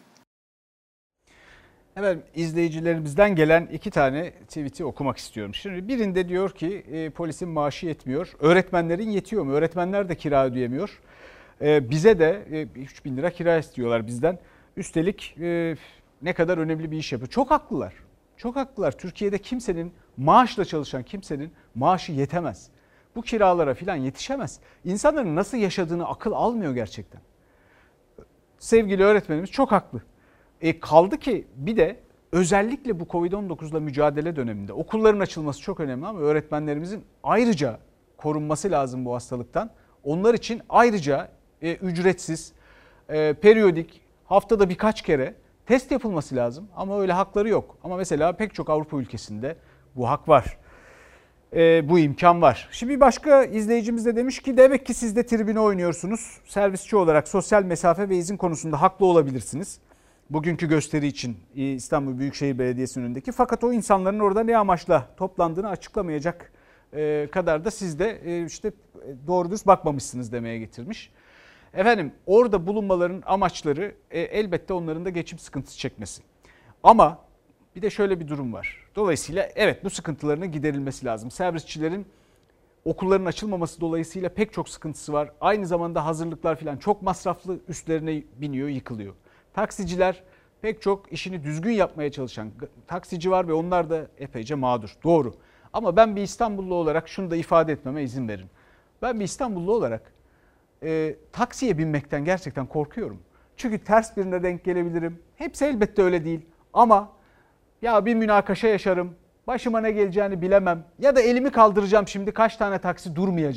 Evet, izleyicilerimizden gelen 2 tane tweet'i okumak istiyorum. Şimdi birinde diyor ki polisin maaşı yetmiyor. Öğretmenlerin yetiyor mu? Öğretmenler de kira ödeyemiyor. Bize de 3.000 lira kira istiyorlar bizden. Üstelik ne kadar önemli bir iş yapıyor. Çok haklılar. Çok haklılar. Türkiye'de kimsenin, maaşla çalışan kimsenin maaşı yetemez. Bu kiralara falan yetişemez. İnsanların nasıl yaşadığını akıl almıyor gerçekten. Sevgili öğretmenimiz çok haklı. Kaldı ki bir de özellikle bu Covid-19'la mücadele döneminde okulların açılması çok önemli ama öğretmenlerimizin ayrıca korunması lazım bu hastalıktan. Onlar için ayrıca ücretsiz, periyodik, haftada birkaç kere test yapılması lazım ama öyle hakları yok. Ama mesela pek çok Avrupa ülkesinde bu hak var. Bu imkan var. Şimdi başka izleyicimiz de demiş ki demek ki siz de tribüne oynuyorsunuz. Servisçi olarak sosyal mesafe ve izin konusunda haklı olabilirsiniz. Bugünkü gösteri için İstanbul Büyükşehir Belediyesi'nin önündeki. Fakat o insanların orada ne amaçla toplandığını açıklamayacak kadar da siz de işte doğru düz bakmamışsınız demeye getirmiş. Efendim orada bulunmaların amaçları elbette onların da geçim sıkıntısı çekmesi. Ama bir de şöyle bir durum var. Dolayısıyla evet bu sıkıntılarının giderilmesi lazım. Servisçilerin okulların açılmaması dolayısıyla pek çok sıkıntısı var. Aynı zamanda hazırlıklar falan çok masraflı, üstlerine biniyor, yıkılıyor. Taksiciler pek çok işini düzgün yapmaya çalışan taksici var ve onlar da epeyce mağdur. Doğru. Ama ben bir İstanbullu olarak şunu da ifade etmeme izin verin. Ben bir İstanbullu olarak taksiye binmekten gerçekten korkuyorum. Çünkü ters birine denk gelebilirim. Hepsi elbette öyle değil. Ama ya bir münakaşa yaşarım. Başıma ne geleceğini bilemem. Ya da elimi kaldıracağım şimdi kaç tane taksi durmayacak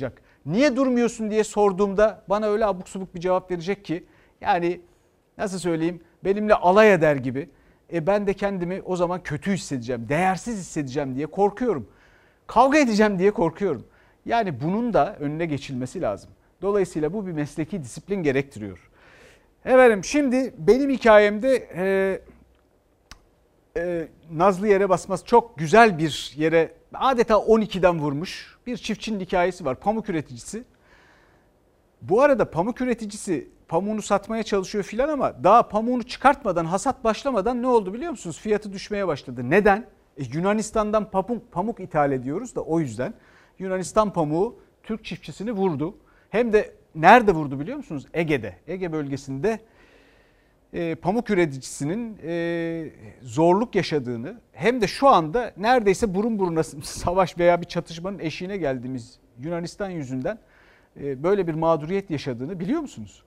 Niye durmuyorsun diye sorduğumda bana öyle abuk subuk bir cevap verecek ki yani nasıl söyleyeyim benimle alay eder gibi. Ben de kendimi o zaman kötü hissedeceğim, değersiz hissedeceğim diye korkuyorum. Kavga edeceğim diye korkuyorum. Yani bunun da önüne geçilmesi lazım. Dolayısıyla bu bir mesleki disiplin gerektiriyor. Efendim şimdi benim hikayemde Nazlı yere basmaz çok güzel bir yere adeta 12'den vurmuş bir çiftçinin hikayesi var. Pamuk üreticisi. Bu arada pamuk üreticisi pamuğunu satmaya çalışıyor filan ama daha pamuğunu çıkartmadan, hasat başlamadan ne oldu biliyor musunuz? Fiyatı düşmeye başladı. Neden? Yunanistan'dan pamuk ithal ediyoruz da o yüzden. Yunanistan pamuğu Türk çiftçisini vurdu. Hem de nerede vurdu biliyor musunuz? Ege'de. Ege bölgesinde pamuk üreticisinin zorluk yaşadığını hem de şu anda neredeyse burun buruna savaş veya bir çatışmanın eşiğine geldiğimiz Yunanistan yüzünden böyle bir mağduriyet yaşadığını biliyor musunuz?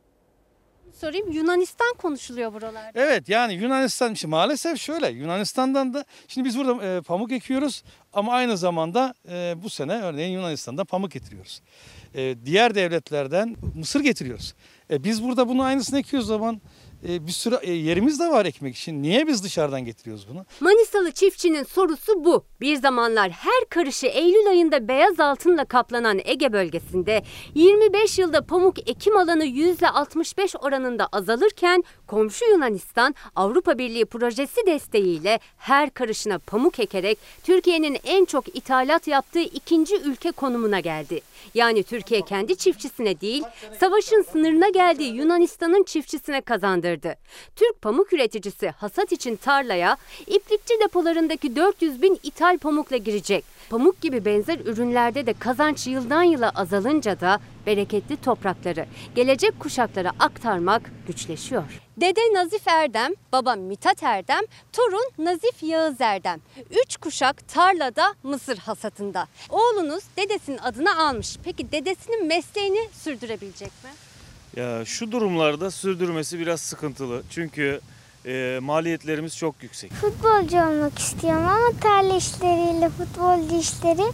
Sorayım, Yunanistan konuşuluyor buralarda. Evet, yani Yunanistan işte maalesef şöyle, Yunanistan'dan da şimdi biz burada pamuk ekiyoruz ama aynı zamanda bu sene örneğin Yunanistan'dan pamuk getiriyoruz. Diğer devletlerden mısır getiriyoruz. Biz burada bunu aynısını ekiyoruz o zaman. Bir sürü yerimiz de var ekmek için. Niye biz dışarıdan getiriyoruz bunu? Manisalı çiftçinin sorusu bu. Bir zamanlar her karışı Eylül ayında beyaz altınla kaplanan Ege bölgesinde 25 yılda pamuk ekim alanı %65 oranında azalırken komşu Yunanistan Avrupa Birliği projesi desteğiyle her karışına pamuk ekerek Türkiye'nin en çok ithalat yaptığı ikinci ülke konumuna geldi. Yani Türkiye kendi çiftçisine değil, savaşın sınırına geldiği Yunanistan'ın çiftçisine kazandırdı. Türk pamuk üreticisi hasat için tarlaya iplikçi depolarındaki 400 bin ithal pamukla girecek. Pamuk gibi benzer ürünlerde de kazanç yıldan yıla azalınca da bereketli toprakları gelecek kuşaklara aktarmak güçleşiyor. Dede Nazif Erdem, baba Mithat Erdem, torun Nazif Yağız Erdem. 3 kuşak tarlada mısır hasatında. Oğlunuz dedesinin adını almış. Peki dedesinin mesleğini sürdürebilecek mi? Ya şu durumlarda sürdürmesi biraz sıkıntılı. Çünkü maliyetlerimiz çok yüksek. Futbolcu olmak istiyorum ama tarla işleriyle futbolcu işleri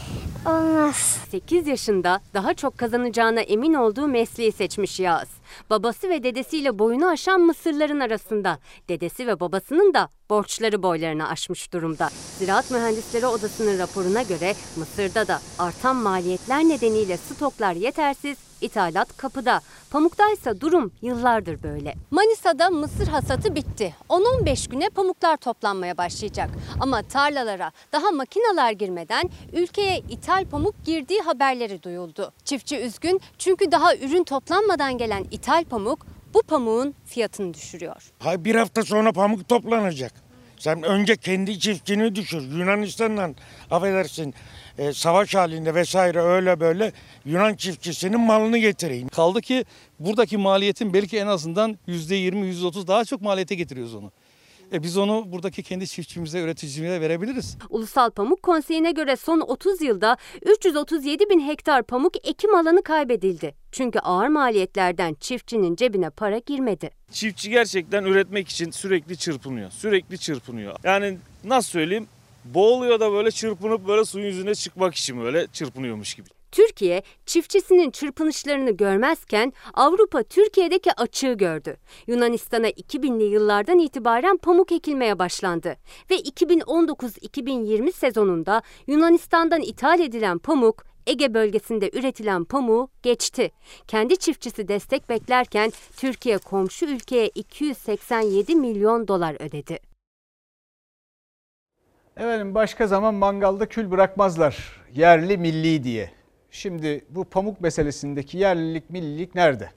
olmaz. 8 yaşında daha çok kazanacağına emin olduğu mesleği seçmiş Yağız. Babası ve dedesiyle boyunu aşan mısırların arasında. Dedesi ve babasının da borçları boylarını aşmış durumda. Ziraat Mühendisleri Odası'nın raporuna göre Mısır'da da artan maliyetler nedeniyle stoklar yetersiz, ithalat kapıda. Pamuktaysa durum yıllardır böyle. Manisa'da mısır hasatı bitti. 10-15 güne pamuklar toplanmaya başlayacak. Ama tarlalara daha makineler girmeden ülkeye ithal pamuk girdiği haberleri duyuldu. Çiftçi üzgün çünkü daha ürün toplanmadan gelen ithal pamuk bu pamuğun fiyatını düşürüyor. Bir hafta sonra pamuk toplanacak. Sen önce kendi çiftçini düşür. Yunanistan'dan affedersin savaş halinde vesaire öyle böyle Yunan çiftçisinin malını getireyim. Kaldı ki buradaki maliyetin belki en azından %20, %30 daha çok maliyete getiriyoruz onu. Biz onu buradaki kendi çiftçimize, üreticimize verebiliriz. Ulusal Pamuk Konseyi'ne göre son 30 yılda 337 bin hektar pamuk ekim alanı kaybedildi. Çünkü ağır maliyetlerden çiftçinin cebine para girmedi. Çiftçi gerçekten üretmek için sürekli çırpınıyor. Sürekli çırpınıyor. Yani nasıl söyleyeyim? Boğuluyor da böyle çırpınıp böyle suyun yüzüne çıkmak için böyle çırpınıyormuş gibi. Türkiye çiftçisinin çırpınışlarını görmezken Avrupa Türkiye'deki açığı gördü. Yunanistan'a 2000'li yıllardan itibaren pamuk ekilmeye başlandı ve 2019-2020 sezonunda Yunanistan'dan ithal edilen pamuk Ege bölgesinde üretilen pamuğu geçti. Kendi çiftçisi destek beklerken Türkiye komşu ülkeye 287 milyon dolar ödedi. Efendim başka zaman mangalda kül bırakmazlar. Yerli milli diye. Şimdi bu pamuk meselesindeki yerlilik millilik nerede?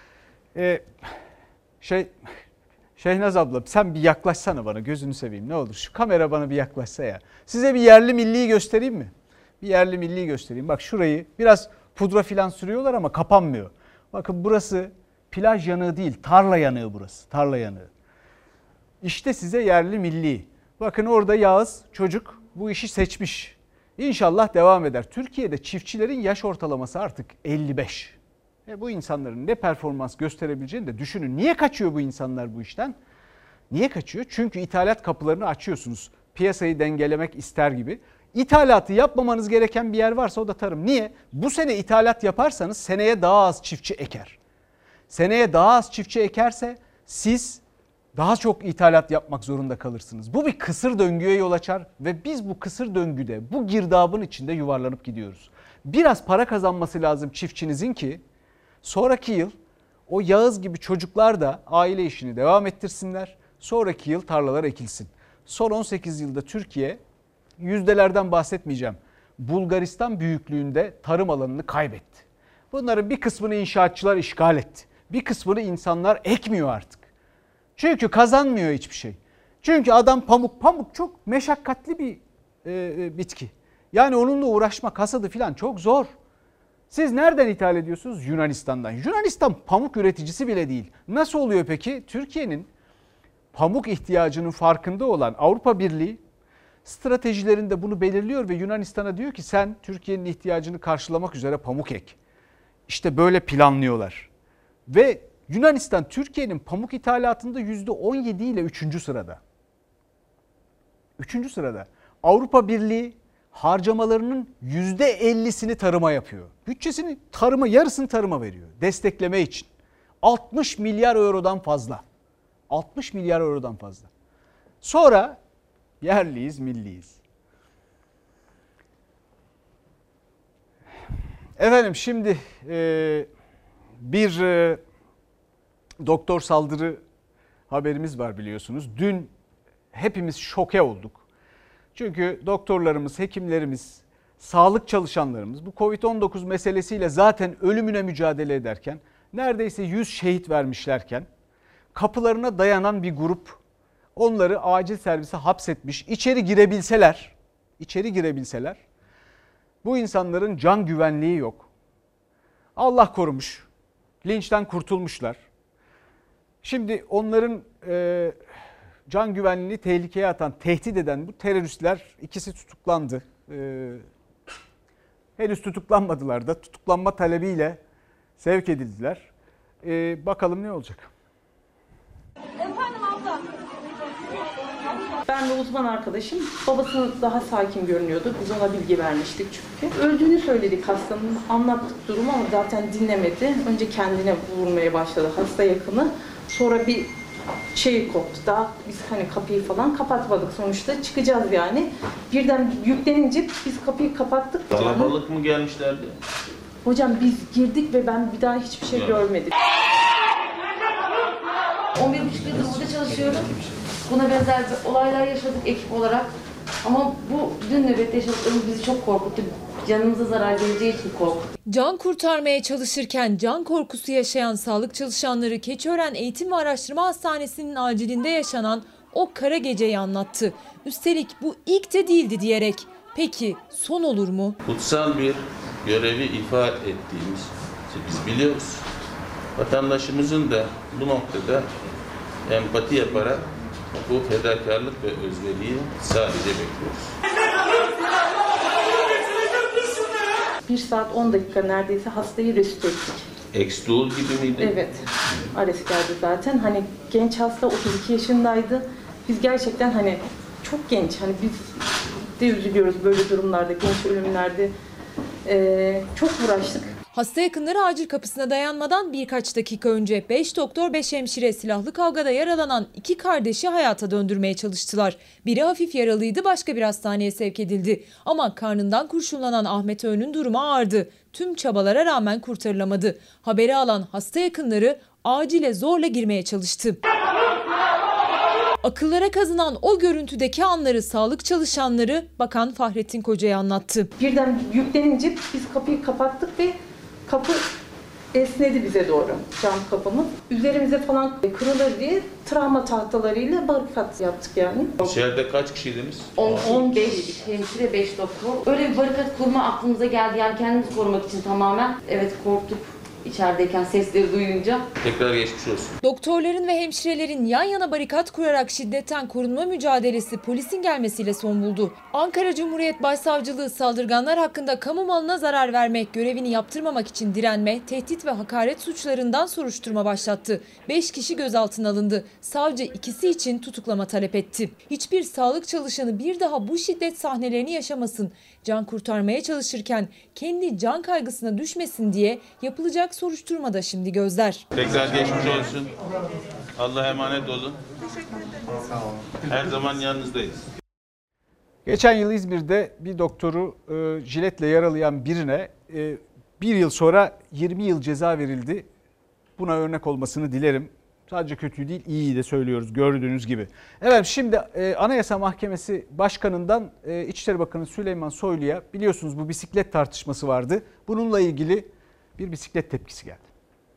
Şehnaz abla sen bir yaklaşsana bana gözünü seveyim ne olur. Şu kamera bana bir yaklaşsa ya. Size bir yerli milliyi göstereyim mi? Bir yerli milliyi göstereyim. Bak şurayı biraz pudra filan sürüyorlar ama kapanmıyor. Bakın burası plaj yanığı değil tarla yanığı burası. Tarla yanığı. İşte size yerli milli. Bakın orada Yağız çocuk bu işi seçmiş. İnşallah devam eder. Türkiye'de çiftçilerin yaş ortalaması artık 55. Bu insanların ne performans gösterebileceğini de düşünün. Niye kaçıyor bu insanlar bu işten? Niye kaçıyor? Çünkü ithalat kapılarını açıyorsunuz. Piyasayı dengelemek ister gibi. İthalatı yapmamanız gereken bir yer varsa o da tarım. Niye? Bu sene ithalat yaparsanız seneye daha az çiftçi eker. Seneye daha az çiftçi ekerse siz daha çok ithalat yapmak zorunda kalırsınız. Bu bir kısır döngüye yol açar ve biz bu kısır döngüde, bu girdabın içinde yuvarlanıp gidiyoruz. Biraz para kazanması lazım çiftçinizin ki sonraki yıl o Yağız gibi çocuklar da aile işini devam ettirsinler. Sonraki yıl tarlalar ekilsin. Son 18 yılda Türkiye, yüzdelerden bahsetmeyeceğim, Bulgaristan büyüklüğünde tarım alanını kaybetti. Bunların bir kısmını inşaatçılar işgal etti. Bir kısmını insanlar ekmiyor artık. Çünkü kazanmıyor hiçbir şey. Çünkü adam pamuk çok meşakkatli bir bitki. Yani onunla uğraşmak, hasadı falan çok zor. Siz nereden ithal ediyorsunuz? Yunanistan'dan. Yunanistan pamuk üreticisi bile değil. Nasıl oluyor peki? Türkiye'nin pamuk ihtiyacının farkında olan Avrupa Birliği stratejilerinde bunu belirliyor ve Yunanistan'a diyor ki sen Türkiye'nin ihtiyacını karşılamak üzere pamuk ek. İşte böyle planlıyorlar. Ve Yunanistan Türkiye'nin pamuk ithalatında %17 ile 3. sırada. 3. sırada. Avrupa Birliği harcamalarının %50'sini tarıma yapıyor. Bütçesini tarıma, yarısını tarıma veriyor destekleme için. 60 milyar eurodan fazla. 60 milyar eurodan fazla. Sonra yerliyiz, milliyiz. Efendim şimdi bir doktor saldırı haberimiz var biliyorsunuz. Dün hepimiz şoke olduk. Çünkü doktorlarımız, hekimlerimiz, sağlık çalışanlarımız bu Covid-19 meselesiyle zaten ölümüne mücadele ederken, neredeyse 100 şehit vermişlerken kapılarına dayanan bir grup onları acil servise hapsetmiş. İçeri girebilseler bu insanların can güvenliği yok. Allah korumuş, linçten kurtulmuşlar. Şimdi onların can güvenliğini tehlikeye atan, tehdit eden bu teröristler ikisi tutuklandı. Henüz tutuklanmadılar da tutuklanma talebiyle sevk edildiler. Bakalım ne olacak? Efendim abla. Ben de uzman arkadaşım. Babası daha sakin görünüyordu. Biz ona bilgi vermiştik çünkü. Öldüğünü söyledik hastanın. Anlattık durumu ama zaten dinlemedi. Önce kendine vurmaya başladı hasta yakını. Sonra bir şey koptu da biz hani kapıyı falan kapatmadık sonuçta çıkacağız yani. Birden yüklenince biz kapıyı kapattık. Kalabalık mı gelmişlerdi? Hocam biz girdik ve ben bir daha hiçbir şey görmedim. 11,5 yıldır burada çalışıyorum. Buna benzer olaylar yaşadık ekip olarak. Ama bu dün nöbette yaşadıklarımız bizi çok korkuttu. Canımıza zarar geleceği için korkuttu. Can kurtarmaya çalışırken can korkusu yaşayan sağlık çalışanları Keçiören Eğitim ve Araştırma Hastanesi'nin acilinde yaşanan o kara geceyi anlattı. Üstelik bu ilk de değildi diyerek. Peki son olur mu? Kutsal bir görevi ifa ettiğimiz, biz biliyoruz. Vatandaşımızın da bu noktada empati yaparak bu fedakarlık ve özveriyi sadece bekliyoruz. 1 saat 10 dakika neredeyse hastayı resüt ettik. Extul gibi miydi? Evet. Ares geldi zaten. Hani genç hasta 32 yaşındaydı. Biz gerçekten hani çok genç. Hani biz de üzülüyoruz böyle durumlarda, genç ölümlerde. Çok uğraştık. Hasta yakınları acil kapısına dayanmadan birkaç dakika önce 5 doktor 5 hemşire silahlı kavgada yaralanan 2 kardeşi hayata döndürmeye çalıştılar. Biri hafif yaralıydı, başka bir hastaneye sevk edildi. Ama karnından kurşunlanan Ahmet Öğün'ün durumu ağırdı. Tüm çabalara rağmen kurtarılamadı. Haberi alan hasta yakınları acile zorla girmeye çalıştı. Akıllara kazınan o görüntüdeki anları sağlık çalışanları Bakan Fahrettin Koca'ya anlattı. Birden yüklenince biz kapıyı kapattık ve kapı esnedi bize doğru, cam kapımız. Üzerimize falan kırılır diye travma tahtalarıyla barikat yaptık yani. İçeride kaç kişiydiniz? 15 hemşire 5 doktor. Öyle bir barikat kurma aklımıza geldi yani kendimizi korumak için tamamen. Evet korktuk. içerideyken sesleri duyunca. Tekrar geçmiş olsun. Doktorların ve hemşirelerin yan yana barikat kurarak şiddetten korunma mücadelesi polisin gelmesiyle son buldu. Ankara Cumhuriyet Başsavcılığı saldırganlar hakkında kamu malına zarar vermek, görevini yaptırmamak için direnme, tehdit ve hakaret suçlarından soruşturma başlattı. 5 kişi gözaltına alındı. Savcı ikisi için tutuklama talep etti. Hiçbir sağlık çalışanı bir daha bu şiddet sahnelerini yaşamasın, can kurtarmaya çalışırken kendi can kaygısına düşmesin diye yapılacak soruşturma da şimdi gözler. Tekrar geçmiş olsun. Allah'a emanet olun. Her zaman yanınızdayız. Geçen yıl İzmir'de bir doktoru jiletle yaralayan birine bir yıl sonra 20 yıl ceza verildi. Buna örnek olmasını dilerim. Sadece kötüyü değil, iyiyi de söylüyoruz gördüğünüz gibi. Evet, şimdi Anayasa Mahkemesi Başkanı'ndan İçişleri Bakanı Süleyman Soylu'ya, biliyorsunuz bu bisiklet tartışması vardı. Bununla ilgili bir bisiklet tepkisi geldi.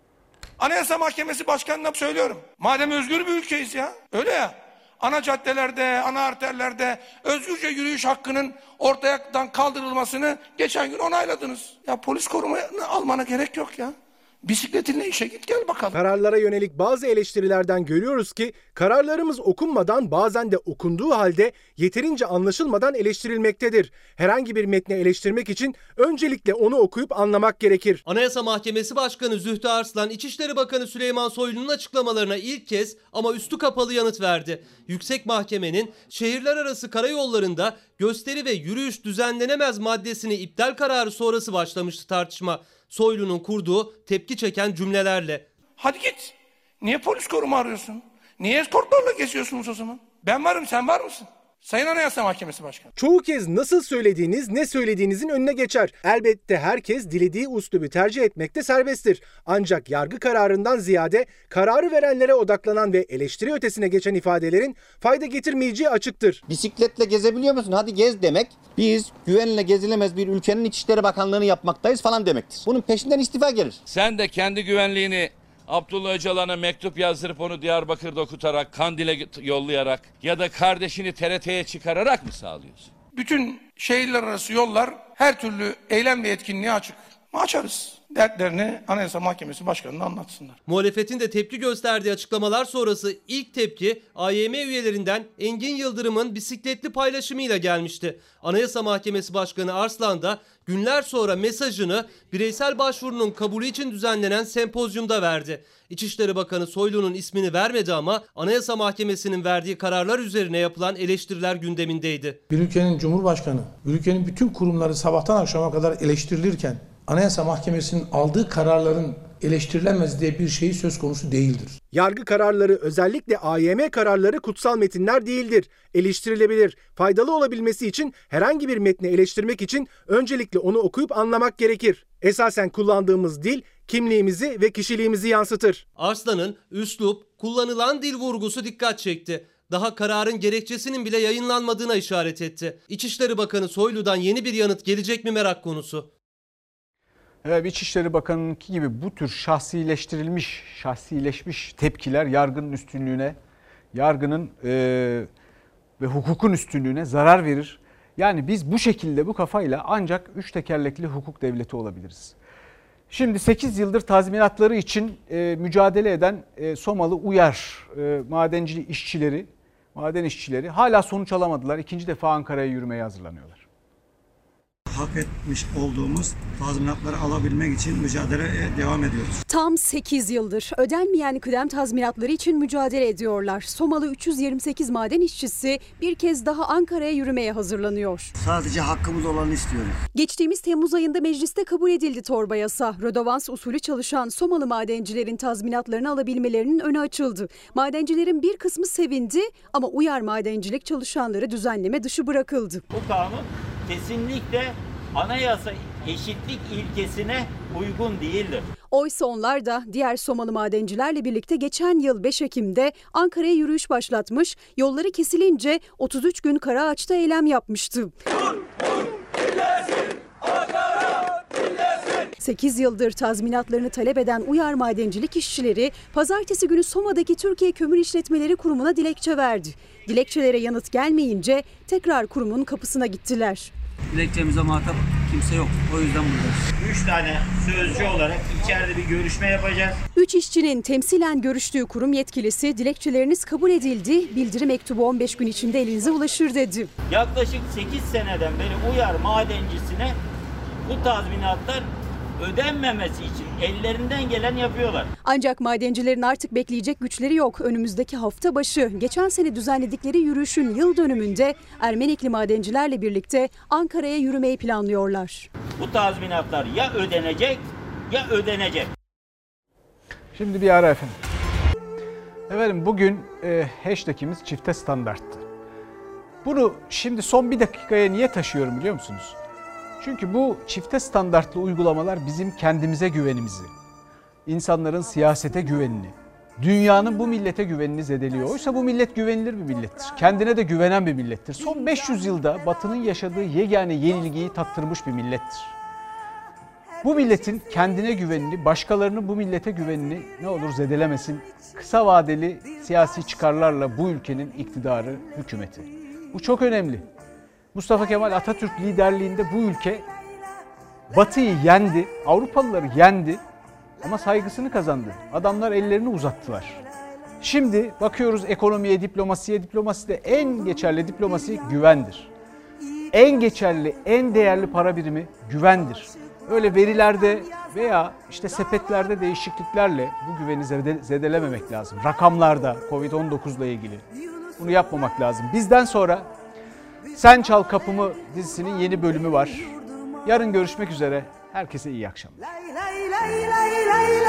Anayasa Mahkemesi Başkanı'na söylüyorum. Madem özgür bir ülkeyiz ya. Öyle ya. Ana caddelerde, ana arterlerde özgürce yürüyüş hakkının ortadan kaldırılmasını geçen gün onayladınız. Ya polis korumasını almana gerek yok ya. Bisikletinle işe git gel bakalım. Kararlara yönelik bazı eleştirilerden görüyoruz ki kararlarımız okunmadan, bazen de okunduğu halde yeterince anlaşılmadan eleştirilmektedir. Herhangi bir metni eleştirmek için öncelikle onu okuyup anlamak gerekir. Anayasa Mahkemesi Başkanı Zühtü Arslan, İçişleri Bakanı Süleyman Soylu'nun açıklamalarına ilk kez ama üstü kapalı yanıt verdi. Yüksek Mahkemenin şehirler arası karayollarında gösteri ve yürüyüş düzenlenemez maddesini iptal kararı sonrası başlamıştı tartışma. Soylu'nun kurduğu tepki çeken cümlelerle. Hadi git. Niye polis koruma arıyorsun? Niye eskortlarla geziyorsunuz o zaman? Ben varım, sen var mısın? Sayın Anayasa Mahkemesi Başkanı. Çoğu kez nasıl söylediğiniz, ne söylediğinizin önüne geçer. Elbette herkes dilediği üslubu tercih etmekte serbesttir. Ancak yargı kararından ziyade kararı verenlere odaklanan ve eleştiri ötesine geçen ifadelerin fayda getirmeyeceği açıktır. Bisikletle gezebiliyor musun? Hadi gez demek. Biz güvenle gezilemez bir ülkenin İçişleri Bakanlığı'nı yapmaktayız falan demektir. Bunun peşinden istifa gelir. Sen de kendi güvenliğini Abdullah Öcalan'a mektup yazdırıp onu Diyarbakır'da okutarak, Kandil'e yollayarak ya da kardeşini TRT'ye çıkararak mı sağlıyorsun? Bütün şehirler arası yollar her türlü eylem ve etkinliğe açık. Açarız. Dertlerini Anayasa Mahkemesi Başkanı'na anlatsınlar. Muhalefetin de tepki gösterdiği açıklamalar sonrası ilk tepki AYM üyelerinden Engin Yıldırım'ın bisikletli paylaşımıyla gelmişti. Anayasa Mahkemesi Başkanı Arslan da günler sonra mesajını bireysel başvurunun kabulü için düzenlenen sempozyumda verdi. İçişleri Bakanı Soylu'nun ismini vermedi ama Anayasa Mahkemesi'nin verdiği kararlar üzerine yapılan eleştiriler gündemindeydi. Bir ülkenin Cumhurbaşkanı, bir ülkenin bütün kurumları sabahtan akşama kadar eleştirilirken Anayasa Mahkemesi'nin aldığı kararların eleştirilemez diye bir şey söz konusu değildir. Yargı kararları, özellikle AYM kararları kutsal metinler değildir. Eleştirilebilir. Faydalı olabilmesi için herhangi bir metni eleştirmek için öncelikle onu okuyup anlamak gerekir. Esasen kullandığımız dil kimliğimizi ve kişiliğimizi yansıtır. Arslan'ın üslup, kullanılan dil vurgusu dikkat çekti. Daha kararın gerekçesinin bile yayınlanmadığına işaret etti. İçişleri Bakanı Soylu'dan yeni bir yanıt gelecek mi merak konusu. Evet, İçişleri Bakanı'nınki gibi bu tür şahsileşmiş tepkiler yargının üstünlüğüne, yargının ve hukukun üstünlüğüne zarar verir. Yani biz bu şekilde, bu kafayla ancak 3 tekerlekli hukuk devleti olabiliriz. Şimdi 8 yıldır tazminatları için mücadele eden Somalı Uyar maden işçileri hala sonuç alamadılar. İkinci defa Ankara'ya yürümeye hazırlanıyorlar. Hak etmiş olduğumuz tazminatları alabilmek için mücadeleye devam ediyoruz. Tam 8 yıldır ödenmeyen kıdem tazminatları için mücadele ediyorlar. Somalı 328 maden işçisi bir kez daha Ankara'ya yürümeye hazırlanıyor. Sadece hakkımız olanı istiyoruz. Geçtiğimiz Temmuz ayında mecliste kabul edildi torba yasa. Rödovans usulü çalışan Somalı madencilerin tazminatlarını alabilmelerinin önü açıldı. Madencilerin bir kısmı sevindi ama Uyar madencilik çalışanları düzenleme dışı bırakıldı. Bu kanun kesinlikle anayasa eşitlik ilkesine uygun değildir. Oysa onlar da diğer Somalı madencilerle birlikte geçen yıl 5 Ekim'de Ankara'ya yürüyüş başlatmış, yolları kesilince 33 gün kara ağaçta eylem yapmıştı. 8 yıldır tazminatlarını talep eden Uyar madencilik işçileri pazartesi günü Soma'daki Türkiye Kömür İşletmeleri Kurumu'na dilekçe verdi. Dilekçelere yanıt gelmeyince tekrar kurumun kapısına gittiler. Dilekçemize muhatap kimse yok. O yüzden buradayız. 3 tane sözcü olarak içeride bir görüşme yapacağız. 3 işçinin temsilen görüştüğü kurum yetkilisi dilekçeleriniz kabul edildi, bildiri mektubu 15 gün içinde elinize ulaşır dedi. Yaklaşık 8 seneden beri Uyar madencisine bu tazminatlar ödenmemesi için ellerinden gelen yapıyorlar. Ancak madencilerin artık bekleyecek güçleri yok. Önümüzdeki hafta başı geçen sene düzenledikleri yürüyüşün yıl dönümünde Ermenekli madencilerle birlikte Ankara'ya yürümeyi planlıyorlar. Bu tazminatlar ya ödenecek ya ödenecek. Şimdi bir ara efendim. Efendim bugün hashtagimiz çifte standarttı. Bunu şimdi son bir dakikaya niye taşıyorum biliyor musunuz? Çünkü bu çifte standartlı uygulamalar bizim kendimize güvenimizi, insanların siyasete güvenini, dünyanın bu millete güvenini zedeliyor. Oysa bu millet güvenilir bir millettir. Kendine de güvenen bir millettir. Son 500 yılda Batı'nın yaşadığı yegane yenilgiyi tattırmış bir millettir. Bu milletin kendine güvenini, başkalarının bu millete güvenini ne olur zedelemesin. Kısa vadeli siyasi çıkarlarla bu ülkenin iktidarı, hükümeti. Bu çok önemli. Mustafa Kemal Atatürk liderliğinde bu ülke Batı'yı yendi, Avrupalıları yendi ama saygısını kazandı. Adamlar ellerini uzattılar. Şimdi bakıyoruz ekonomiye, diplomasiye. Diplomaside en geçerli diplomasi güvendir. En geçerli, en değerli para birimi güvendir. Öyle verilerde veya işte sepetlerde değişikliklerle bu güveni zedelememek lazım. Rakamlarda, Covid-19 ile ilgili bunu yapmamak lazım. Bizden sonra Sen Çal Kapımı dizisinin yeni bölümü var. Yarın görüşmek üzere. Herkese iyi akşamlar.